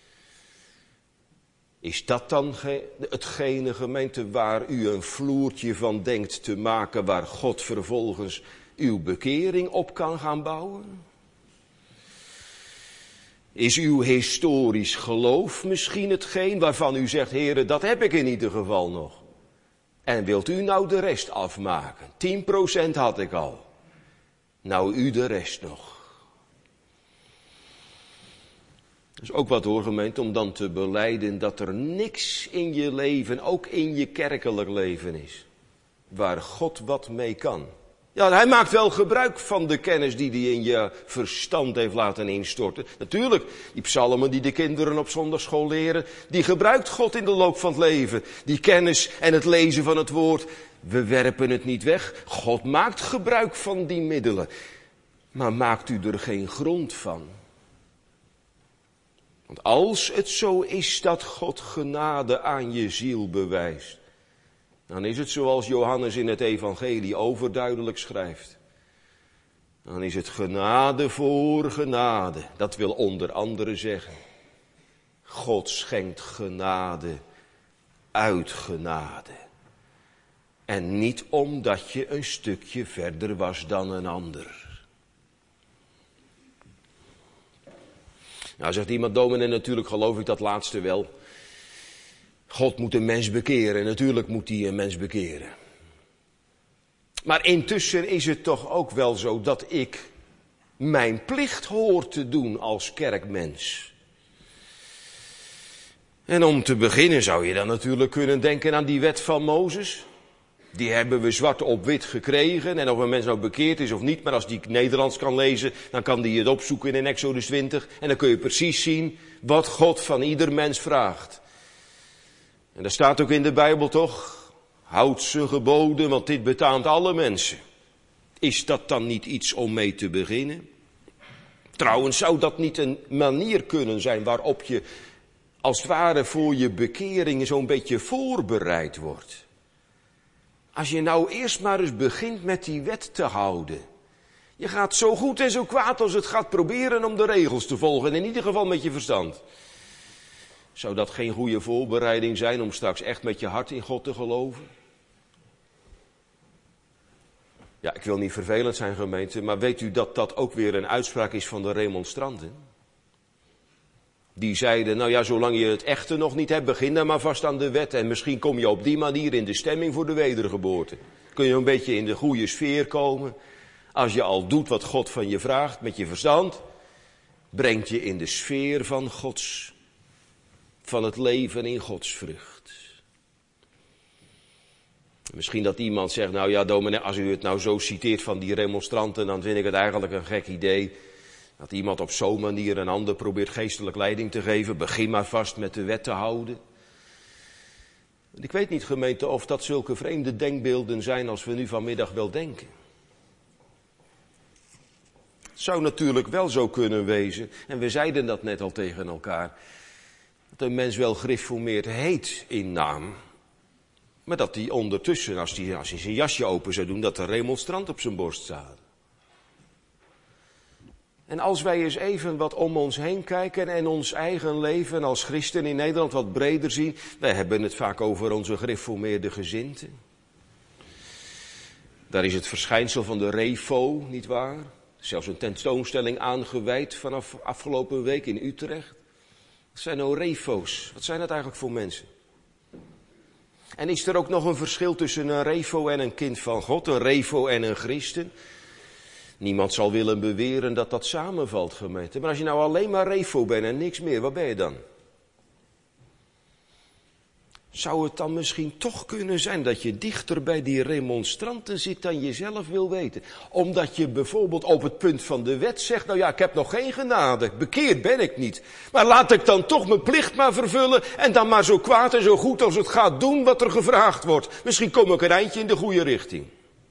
Is dat dan hetgene, gemeente, waar u een vloertje van denkt te maken, waar God vervolgens uw bekering op kan gaan bouwen? Is uw historisch geloof misschien hetgeen waarvan u zegt, heren, dat heb ik in ieder geval nog? En wilt u nou de rest afmaken? tien procent had ik al. Nou u de rest nog. Dat is ook wat hoor, gemeente, om dan te belijden dat er niks in je leven, ook in je kerkelijk leven is, waar God wat mee kan. Ja, hij maakt wel gebruik van de kennis die hij in je verstand heeft laten instorten. Natuurlijk, die psalmen die de kinderen op zondagschool leren, die gebruikt God in de loop van het leven. Die kennis en het lezen van het woord, we werpen het niet weg. God maakt gebruik van die middelen. Maar maakt u er geen grond van? Want als het zo is dat God genade aan je ziel bewijst, dan is het zoals Johannes in het evangelie overduidelijk schrijft. Dan is het genade voor genade. Dat wil onder andere zeggen, God schenkt genade uit genade. En niet omdat je een stukje verder was dan een ander. Nou, zegt iemand, dominee, natuurlijk geloof ik dat laatste wel. God moet een mens bekeren, natuurlijk moet hij een mens bekeren. Maar intussen is het toch ook wel zo dat ik mijn plicht hoor te doen als kerkmens. En om te beginnen zou je dan natuurlijk kunnen denken aan die wet van Mozes. Die hebben we zwart op wit gekregen. En of een mens nou bekeerd is of niet, maar als die Nederlands kan lezen, dan kan die het opzoeken in Exodus twintig. En dan kun je precies zien wat God van ieder mens vraagt. En daar staat ook in de Bijbel toch, houd zijn geboden, want dit betaamt alle mensen. Is dat dan niet iets om mee te beginnen? Trouwens, zou dat niet een manier kunnen zijn waarop je als het ware voor je bekering zo'n beetje voorbereid wordt? Als je nou eerst maar eens begint met die wet te houden. Je gaat zo goed en zo kwaad als het gaat proberen om de regels te volgen. En in ieder geval met je verstand. Zou dat geen goede voorbereiding zijn om straks echt met je hart in God te geloven? Ja, ik wil niet vervelend zijn, gemeente, maar weet u dat dat ook weer een uitspraak is van de remonstranten? Die zeiden, nou ja, zolang je het echte nog niet hebt, begin dan maar vast aan de wet. En misschien kom je op die manier in de stemming voor de wedergeboorte. Kun je een beetje in de goede sfeer komen. Als je al doet wat God van je vraagt met je verstand, brengt je in de sfeer van Gods, van het leven in Gods vrucht. Misschien dat iemand zegt, nou ja, dominee, als u het nou zo citeert van die remonstranten, dan vind ik het eigenlijk een gek idee. Dat iemand op zo'n manier een ander probeert geestelijk leiding te geven. Begin maar vast met de wet te houden. Ik weet niet, gemeente, of dat zulke vreemde denkbeelden zijn als we nu vanmiddag wel denken. Het zou natuurlijk wel zo kunnen wezen, en we zeiden dat net al tegen elkaar, dat een mens wel gereformeerd heet in naam, maar dat hij ondertussen, als hij, als hij zijn jasje open zou doen, dat er remonstrant op zijn borst staat. En als wij eens even wat om ons heen kijken en ons eigen leven als christen in Nederland wat breder zien. Wij hebben het vaak over onze gereformeerde gezinten. Daar is het verschijnsel van de refo, nietwaar? Zelfs een tentoonstelling aangewijd vanaf afgelopen week in Utrecht. Wat zijn nou refo's? Wat zijn dat eigenlijk voor mensen? En is er ook nog een verschil tussen een refo en een kind van God, een refo en een christen? Niemand zal willen beweren dat dat samenvalt, gemeente. Maar als je nou alleen maar refo bent en niks meer, wat ben je dan? Zou het dan misschien toch kunnen zijn dat je dichter bij die remonstranten zit dan je zelf wil weten? Omdat je bijvoorbeeld op het punt van de wet zegt, nou ja, ik heb nog geen genade, bekeerd ben ik niet. Maar laat ik dan toch mijn plicht maar vervullen en dan maar zo kwaad en zo goed als het gaat doen wat er gevraagd wordt. Misschien kom ik een eindje in de goede richting.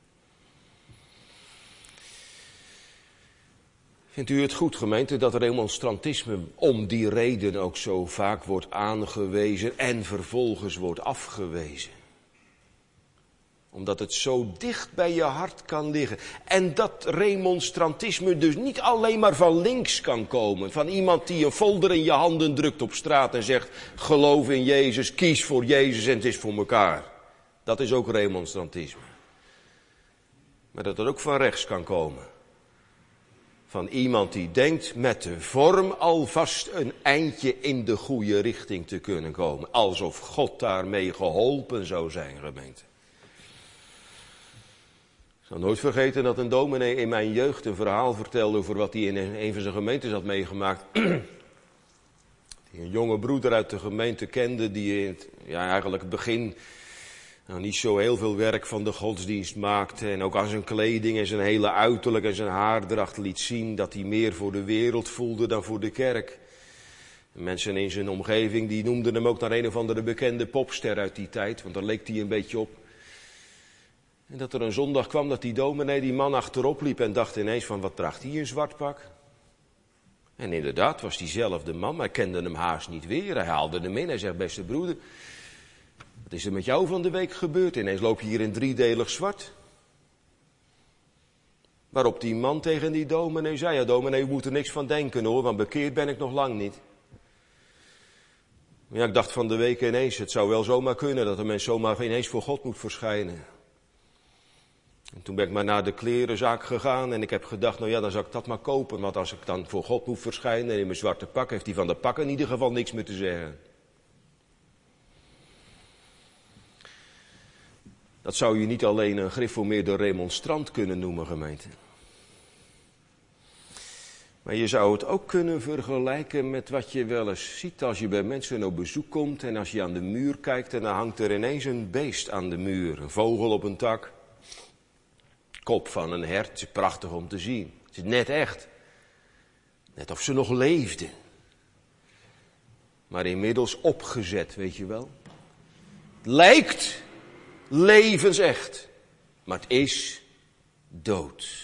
Vindt u het goed, gemeente, dat remonstrantisme om die reden ook zo vaak wordt aangewezen en vervolgens wordt afgewezen? Omdat het zo dicht bij je hart kan liggen. En dat remonstrantisme dus niet alleen maar van links kan komen. Van iemand die een folder in je handen drukt op straat en zegt, geloof in Jezus, kies voor Jezus en het is voor elkaar. Dat is ook remonstrantisme. Maar dat het ook van rechts kan komen. Van iemand die denkt met de vorm alvast een eindje in de goede richting te kunnen komen. Alsof God daarmee geholpen zou zijn, gemeente. Ik zal nooit vergeten dat een dominee in mijn jeugd een verhaal vertelde over wat hij in een van zijn gemeentes had meegemaakt. Die een jonge broeder uit de gemeente kende die in het, ja, eigenlijk het begin nou, niet zo heel veel werk van de godsdienst maakte. En ook aan zijn kleding en zijn hele uiterlijk en zijn haardracht liet zien dat hij meer voor de wereld voelde dan voor de kerk. En mensen in zijn omgeving die noemden hem ook naar een of andere bekende popster uit die tijd, want daar leek hij een beetje op. En dat er een zondag kwam dat die dominee die man achterop liep en dacht ineens van wat draagt hij een zwart pak? En inderdaad was diezelfde man, maar kende hem haast niet weer. Hij haalde hem in, hij zegt beste broeder, wat is er met jou van de week gebeurd? Ineens loop je hier in driedelig zwart. Waarop die man tegen die dominee zei, ja dominee, u moet er niks van denken hoor, want bekeerd ben ik nog lang niet. Ja, ik dacht van de week ineens, het zou wel zomaar kunnen dat een mens zomaar ineens voor God moet verschijnen. En toen ben ik maar naar de klerenzaak gegaan en ik heb gedacht, nou ja, dan zou ik dat maar kopen. Want als ik dan voor God moet verschijnen en in mijn zwarte pak, heeft hij van de pak in ieder geval niks meer te zeggen. Dat zou je niet alleen een gereformeerde remonstrant kunnen noemen, gemeente. Maar je zou het ook kunnen vergelijken met wat je wel eens ziet als je bij mensen op bezoek komt en als je aan de muur kijkt en dan hangt er ineens een beest aan de muur. Een vogel op een tak. Kop van een hert, het is prachtig om te zien. Het is net echt. Net of ze nog leefden. Maar inmiddels opgezet, weet je wel. Het lijkt levensecht, maar het is dood.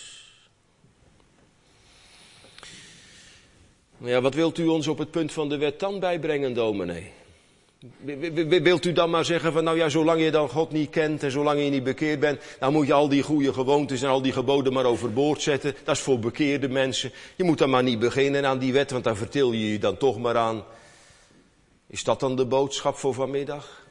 Maar ja, wat wilt u ons op het punt van de wet dan bijbrengen, dominee? Wilt u dan maar zeggen van, nou ja, zolang je dan God niet kent en zolang je niet bekeerd bent, dan moet je al die goede gewoontes en al die geboden maar overboord zetten. Dat is voor bekeerde mensen. Je moet dan maar niet beginnen aan die wet, want daar vertil je je dan toch maar aan. Is dat dan de boodschap voor vanmiddag?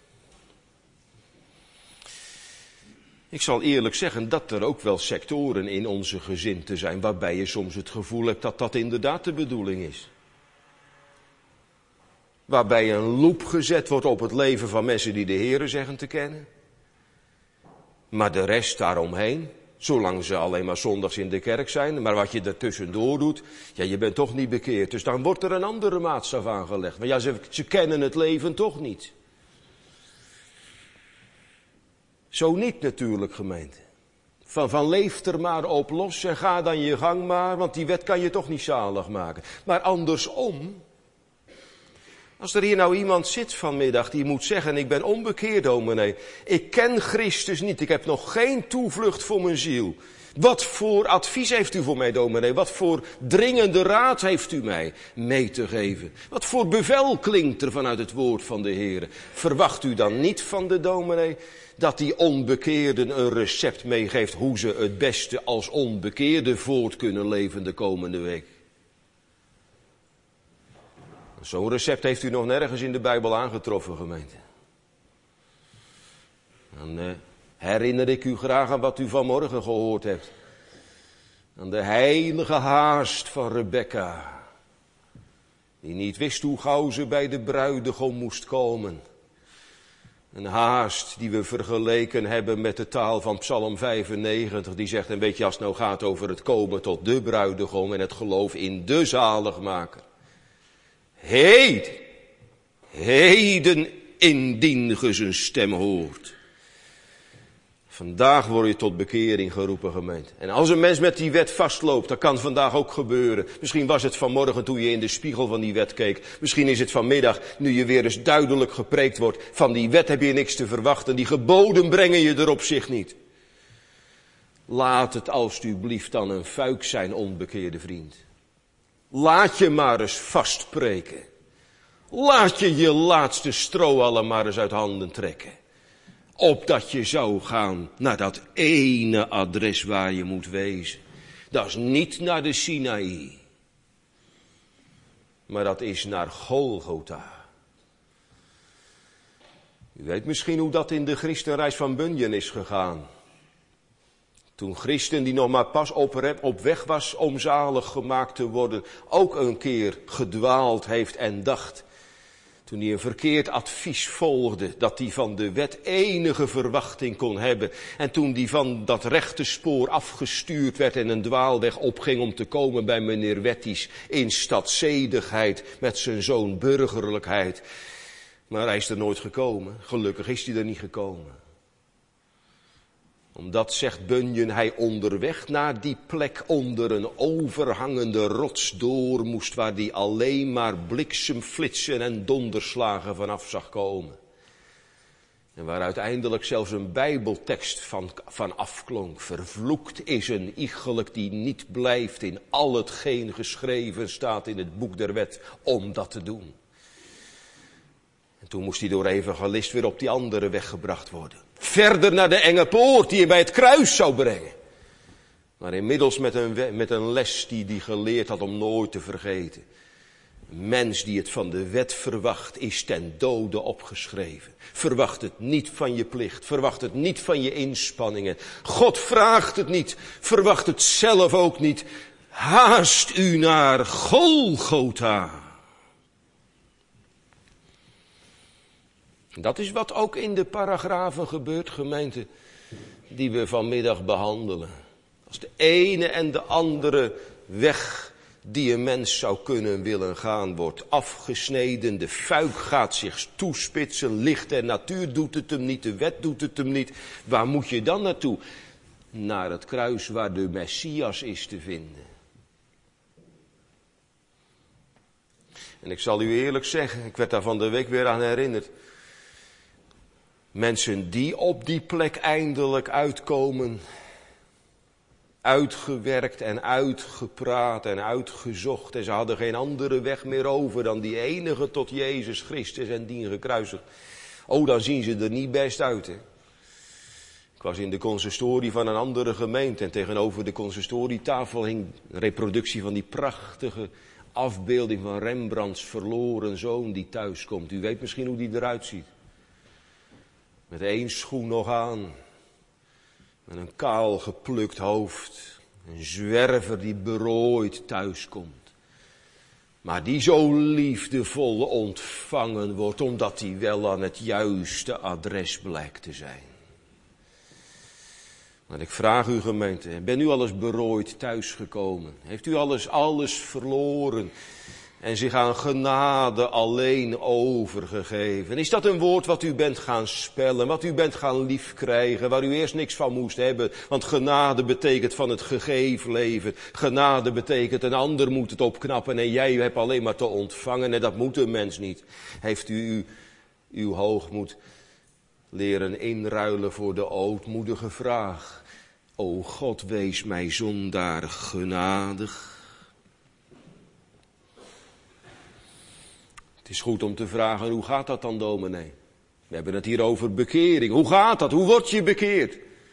Ik zal eerlijk zeggen dat er ook wel sectoren in onze gezin zijn waarbij je soms het gevoel hebt dat dat inderdaad de bedoeling is. Waarbij een loep gezet wordt op het leven van mensen die de Heere zeggen te kennen. Maar de rest daaromheen, zolang ze alleen maar zondags in de kerk zijn, maar wat je er tussendoor doet, ja, je bent toch niet bekeerd. Dus dan wordt er een andere maatstaf aangelegd. Maar ja, ze, ze kennen het leven toch niet. Zo niet natuurlijk, gemeente. Van, van leef er maar op los en ga dan je gang maar, want die wet kan je toch niet zalig maken. Maar andersom, als er hier nou iemand zit vanmiddag die moet zeggen, ik ben onbekeerd, dominee. Ik ken Christus niet, ik heb nog geen toevlucht voor mijn ziel. Wat voor advies heeft u voor mij, dominee? Wat voor dringende raad heeft u mij mee te geven? Wat voor bevel klinkt er vanuit het woord van de Heer? Verwacht u dan niet van de dominee dat die onbekeerden een recept meegeeft hoe ze het beste als onbekeerden voort kunnen leven de komende week? Zo'n recept heeft u nog nergens in de Bijbel aangetroffen, gemeente. Dan uh, herinner ik u graag aan wat u vanmorgen gehoord hebt. Aan de heilige haast van Rebekka. Die niet wist hoe gauw ze bij de bruidegom moest komen. Een haast die we vergeleken hebben met de taal van Psalm vijfennegentig. Die zegt, en weet je, als het nou gaat over het komen tot de bruidegom en het geloof in de zaligmaker. Heden, heden indien ge zijn stem hoort. Vandaag word je tot bekering geroepen, gemeente. En als een mens met die wet vastloopt, dat kan vandaag ook gebeuren. Misschien was het vanmorgen toen je in de spiegel van die wet keek. Misschien is het vanmiddag, nu je weer eens duidelijk gepreekt wordt. Van die wet heb je niks te verwachten. Die geboden brengen je er op zich niet. Laat het alstublieft dan een fuik zijn, onbekeerde vriend. Laat je maar eens vastpreken. Laat je je laatste strohalm maar eens uit handen trekken. Opdat je zou gaan naar dat ene adres waar je moet wezen. Dat is niet naar de Sinaï. Maar dat is naar Golgotha. U weet misschien hoe dat in de christenreis van Bunyan is gegaan. Toen Christen die nog maar pas op, op weg was om zalig gemaakt te worden, ook een keer gedwaald heeft en dacht. Toen hij een verkeerd advies volgde, dat hij van de wet enige verwachting kon hebben. En toen hij van dat rechte spoor afgestuurd werd en een dwaalweg opging om te komen bij meneer Wetties in stadzedigheid met zijn zoon burgerlijkheid. Maar hij is er nooit gekomen. Gelukkig is hij er niet gekomen. Omdat, zegt Bunyan, hij onderweg naar die plek onder een overhangende rots door moest, waar hij alleen maar bliksemflitsen en donderslagen vanaf zag komen. En waar uiteindelijk zelfs een bijbeltekst van, van afklonk. Vervloekt is een iegelijk die niet blijft in al hetgeen geschreven staat in het boek der wet om dat te doen. En toen moest hij door evangelist weer op die andere weg gebracht worden. Verder naar de enge poort die je bij het kruis zou brengen. Maar inmiddels met een, met een les die hij geleerd had om nooit te vergeten. Een mens die het van de wet verwacht is ten dode opgeschreven. Verwacht het niet van je plicht. Verwacht het niet van je inspanningen. God vraagt het niet. Verwacht het zelf ook niet. Haast u naar Golgotha. Dat is wat ook in de paragrafen gebeurt, gemeente. die we vanmiddag behandelen. Als de ene en de andere weg die een mens zou kunnen willen gaan wordt afgesneden. De fuik gaat zich toespitsen. Licht en natuur doet het hem niet. De wet doet het hem niet. Waar moet je dan naartoe? Naar het kruis waar de Messias is te vinden. En ik zal u eerlijk zeggen, ik werd daar van de week weer aan herinnerd. Mensen die op die plek eindelijk uitkomen, uitgewerkt en uitgepraat en uitgezocht. En ze hadden geen andere weg meer over dan die enige tot Jezus Christus en dien gekruisigd. Oh, dan zien ze er niet best uit, hè. Ik was in de consistorie van een andere gemeente en tegenover de consistorietafel hing een reproductie van die prachtige afbeelding van Rembrandts verloren zoon die thuis komt. U weet misschien hoe die eruit ziet. Met één schoen nog aan. Met een kaal geplukt hoofd. Een zwerver die berooid thuiskomt. Maar die zo liefdevol ontvangen wordt, omdat hij wel aan het juiste adres blijkt te zijn. Maar ik vraag u gemeente, bent u al eens berooid thuisgekomen? Heeft u alles, alles verloren en zich aan genade alleen overgegeven? Is dat een woord wat u bent gaan spellen, wat u bent gaan liefkrijgen, waar u eerst niks van moest hebben? Want genade betekent van het gegeven leven. Genade betekent een ander moet het opknappen en jij hebt alleen maar te ontvangen en dat moet een mens niet. Heeft u uw, uw hoogmoed leren inruilen voor de ootmoedige vraag: O God, wees mij zondaar genadig. Het is goed om te vragen, hoe gaat dat dan, dominee? We hebben het hier over bekering. Hoe gaat dat? Hoe word je bekeerd?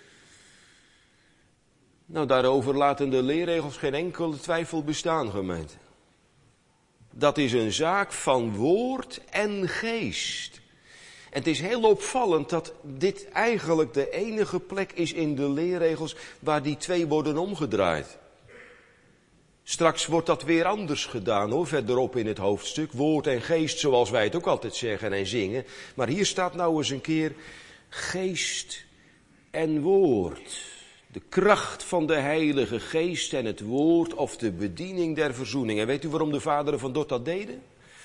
Nou, daarover laten de leerregels geen enkele twijfel bestaan, gemeente. Dat is een zaak van woord en geest. En het is heel opvallend dat dit eigenlijk de enige plek is in de leerregels waar die twee worden omgedraaid. Straks wordt dat weer anders gedaan hoor, verderop in het hoofdstuk. Woord en geest, zoals wij het ook altijd zeggen en zingen. Maar hier staat nou eens een keer geest en woord. De kracht van de Heilige Geest en het woord of de bediening der verzoening. En weet u waarom de vaderen van Dort dat deden?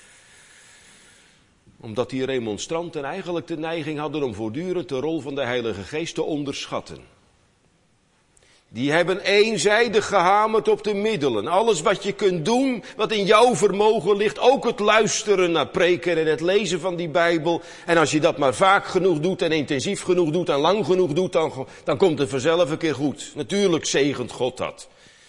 Omdat die remonstranten eigenlijk de neiging hadden om voortdurend de rol van de Heilige Geest te onderschatten. Die hebben eenzijdig gehamerd op de middelen. Alles wat je kunt doen, wat in jouw vermogen ligt. Ook het luisteren naar preken en het lezen van die Bijbel. En als je dat maar vaak genoeg doet en intensief genoeg doet en lang genoeg doet, dan, dan komt het vanzelf een keer goed. Natuurlijk zegent God dat.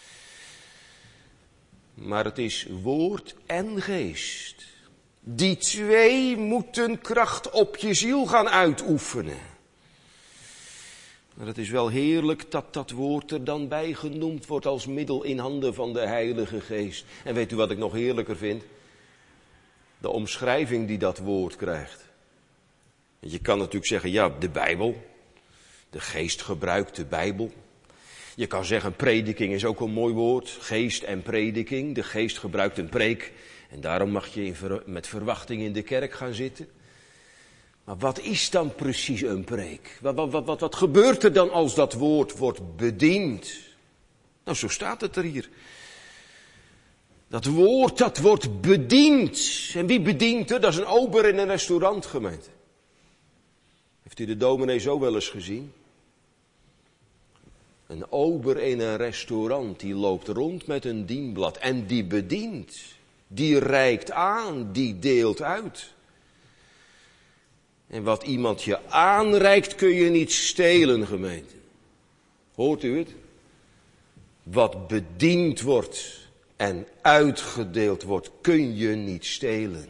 Maar het is woord en geest. Die twee moeten kracht op je ziel gaan uitoefenen. Maar het is wel heerlijk dat dat woord er dan bij genoemd wordt als middel in handen van de Heilige Geest. En weet u wat ik nog heerlijker vind? De omschrijving die dat woord krijgt. Je kan natuurlijk zeggen, ja, de Bijbel. De Geest gebruikt de Bijbel. Je kan zeggen, prediking is ook een mooi woord. Geest en prediking. De Geest gebruikt een preek. En daarom mag je in ver, met verwachting in de kerk gaan zitten. Maar wat is dan precies een preek? Wat, wat, wat, wat, wat gebeurt er dan als dat woord wordt bediend? Nou, zo staat het er hier. Dat woord, dat wordt bediend. En wie bedient er? Dat is een ober in een restaurant, gemeente. Heeft u de dominee zo wel eens gezien? Een ober in een restaurant, die loopt rond met een dienblad en die bedient. Die reikt aan, die deelt uit. En wat iemand je aanreikt kun je niet stelen, gemeente. Hoort u het? Wat bediend wordt en uitgedeeld wordt, kun je niet stelen.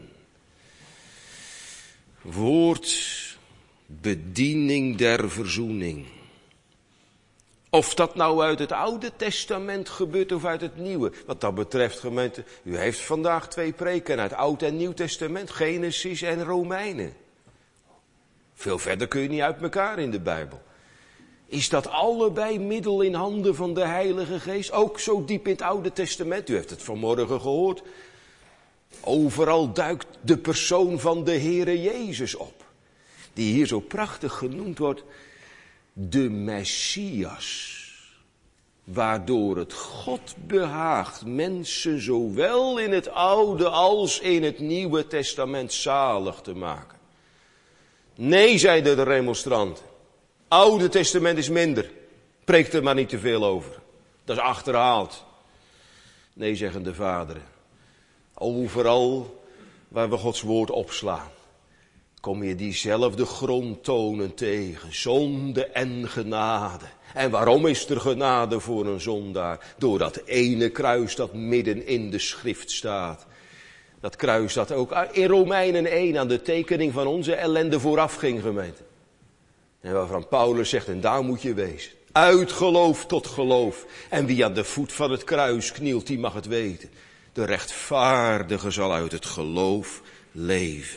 Woord, bediening der verzoening. Of dat nou uit het Oude Testament gebeurt of uit het Nieuwe. Wat dat betreft, gemeente, u heeft vandaag twee preken uit Oud en Nieuw Testament. Genesis en Romeinen. Veel verder kun je niet uit elkaar in de Bijbel. Is dat allebei middel in handen van de Heilige Geest? Ook zo diep in het Oude Testament. U heeft het vanmorgen gehoord. Overal duikt de persoon van de Heere Jezus op. Die hier zo prachtig genoemd wordt. de Messias, waardoor het God behaagt mensen zowel in het Oude als in het Nieuwe Testament zalig te maken. Nee, zeiden de remonstranten. Oude Testament is minder. Preek er maar niet te veel over. Dat is achterhaald. Nee, zeggen de vaderen. Overal waar we Gods woord opslaan, kom je diezelfde grondtonen tegen. Zonde en genade. En waarom is er genade voor een zondaar? Door dat ene kruis dat midden in de schrift staat. Dat kruis dat ook in Romeinen één aan de tekening van onze ellende vooraf ging, gemeente. En waarvan Paulus zegt, en daar moet je wezen. Uit geloof tot geloof. En wie aan de voet van het kruis knielt, die mag het weten. De rechtvaardige zal uit het geloof leven.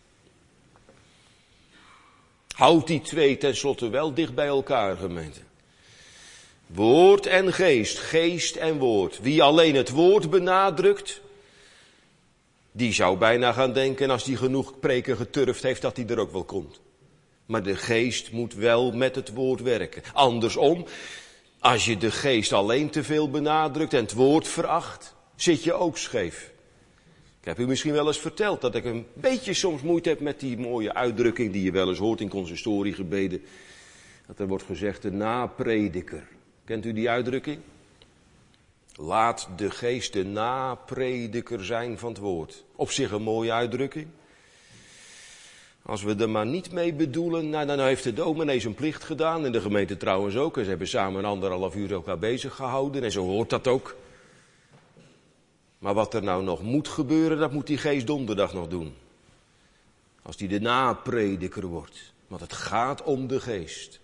Houd die twee tenslotte wel dicht bij elkaar, gemeente. Woord en geest, geest en woord. Wie alleen het woord benadrukt, die zou bijna gaan denken, als die genoeg preken geturfd heeft, dat hij er ook wel komt. Maar de geest moet wel met het woord werken. Andersom, als je de geest alleen te veel benadrukt en het woord veracht, zit je ook scheef. Ik heb u misschien wel eens verteld dat ik een beetje soms moeite heb met die mooie uitdrukking die je wel eens hoort in consistoriegebeden. Dat er wordt gezegd, de naprediker. Kent u die uitdrukking? Laat de geest de naprediker zijn van het woord. Op zich een mooie uitdrukking. Als we er maar niet mee bedoelen, nou, dan heeft de dominee zijn plicht gedaan. En de gemeente trouwens ook. En ze hebben samen anderhalf uur elkaar bezig gehouden. En zo hoort dat ook. Maar wat er nou nog moet gebeuren, dat moet die geest donderdag nog doen. Als die de naprediker wordt. Want het gaat om de geest.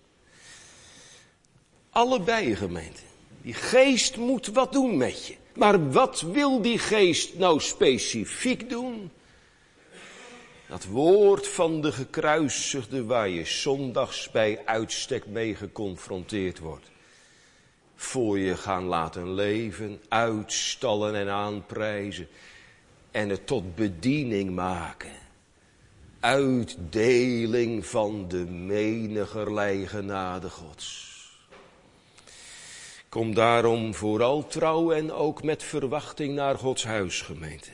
Allebei, gemeente. Die geest moet wat doen met je. Maar wat wil die geest nou specifiek doen? Dat woord van de gekruisigde waar je zondags bij uitstek mee geconfronteerd wordt. Voor je gaan laten leven, uitstallen en aanprijzen. En het tot bediening maken. Uitdeling van de menigerlei genade Gods. Kom daarom vooral trouw en ook met verwachting naar Gods huis, gemeente.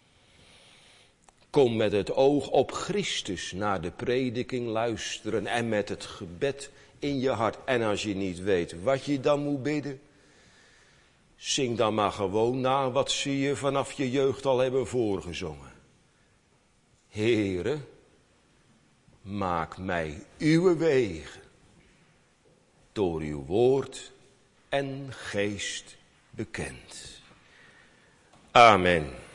Kom met het oog op Christus naar de prediking luisteren en met het gebed in je hart. En als je niet weet wat je dan moet bidden, zing dan maar gewoon na wat ze je vanaf je jeugd al hebben voorgezongen. Heere, maak mij uw wegen door uw woord en geest bekend. Amen.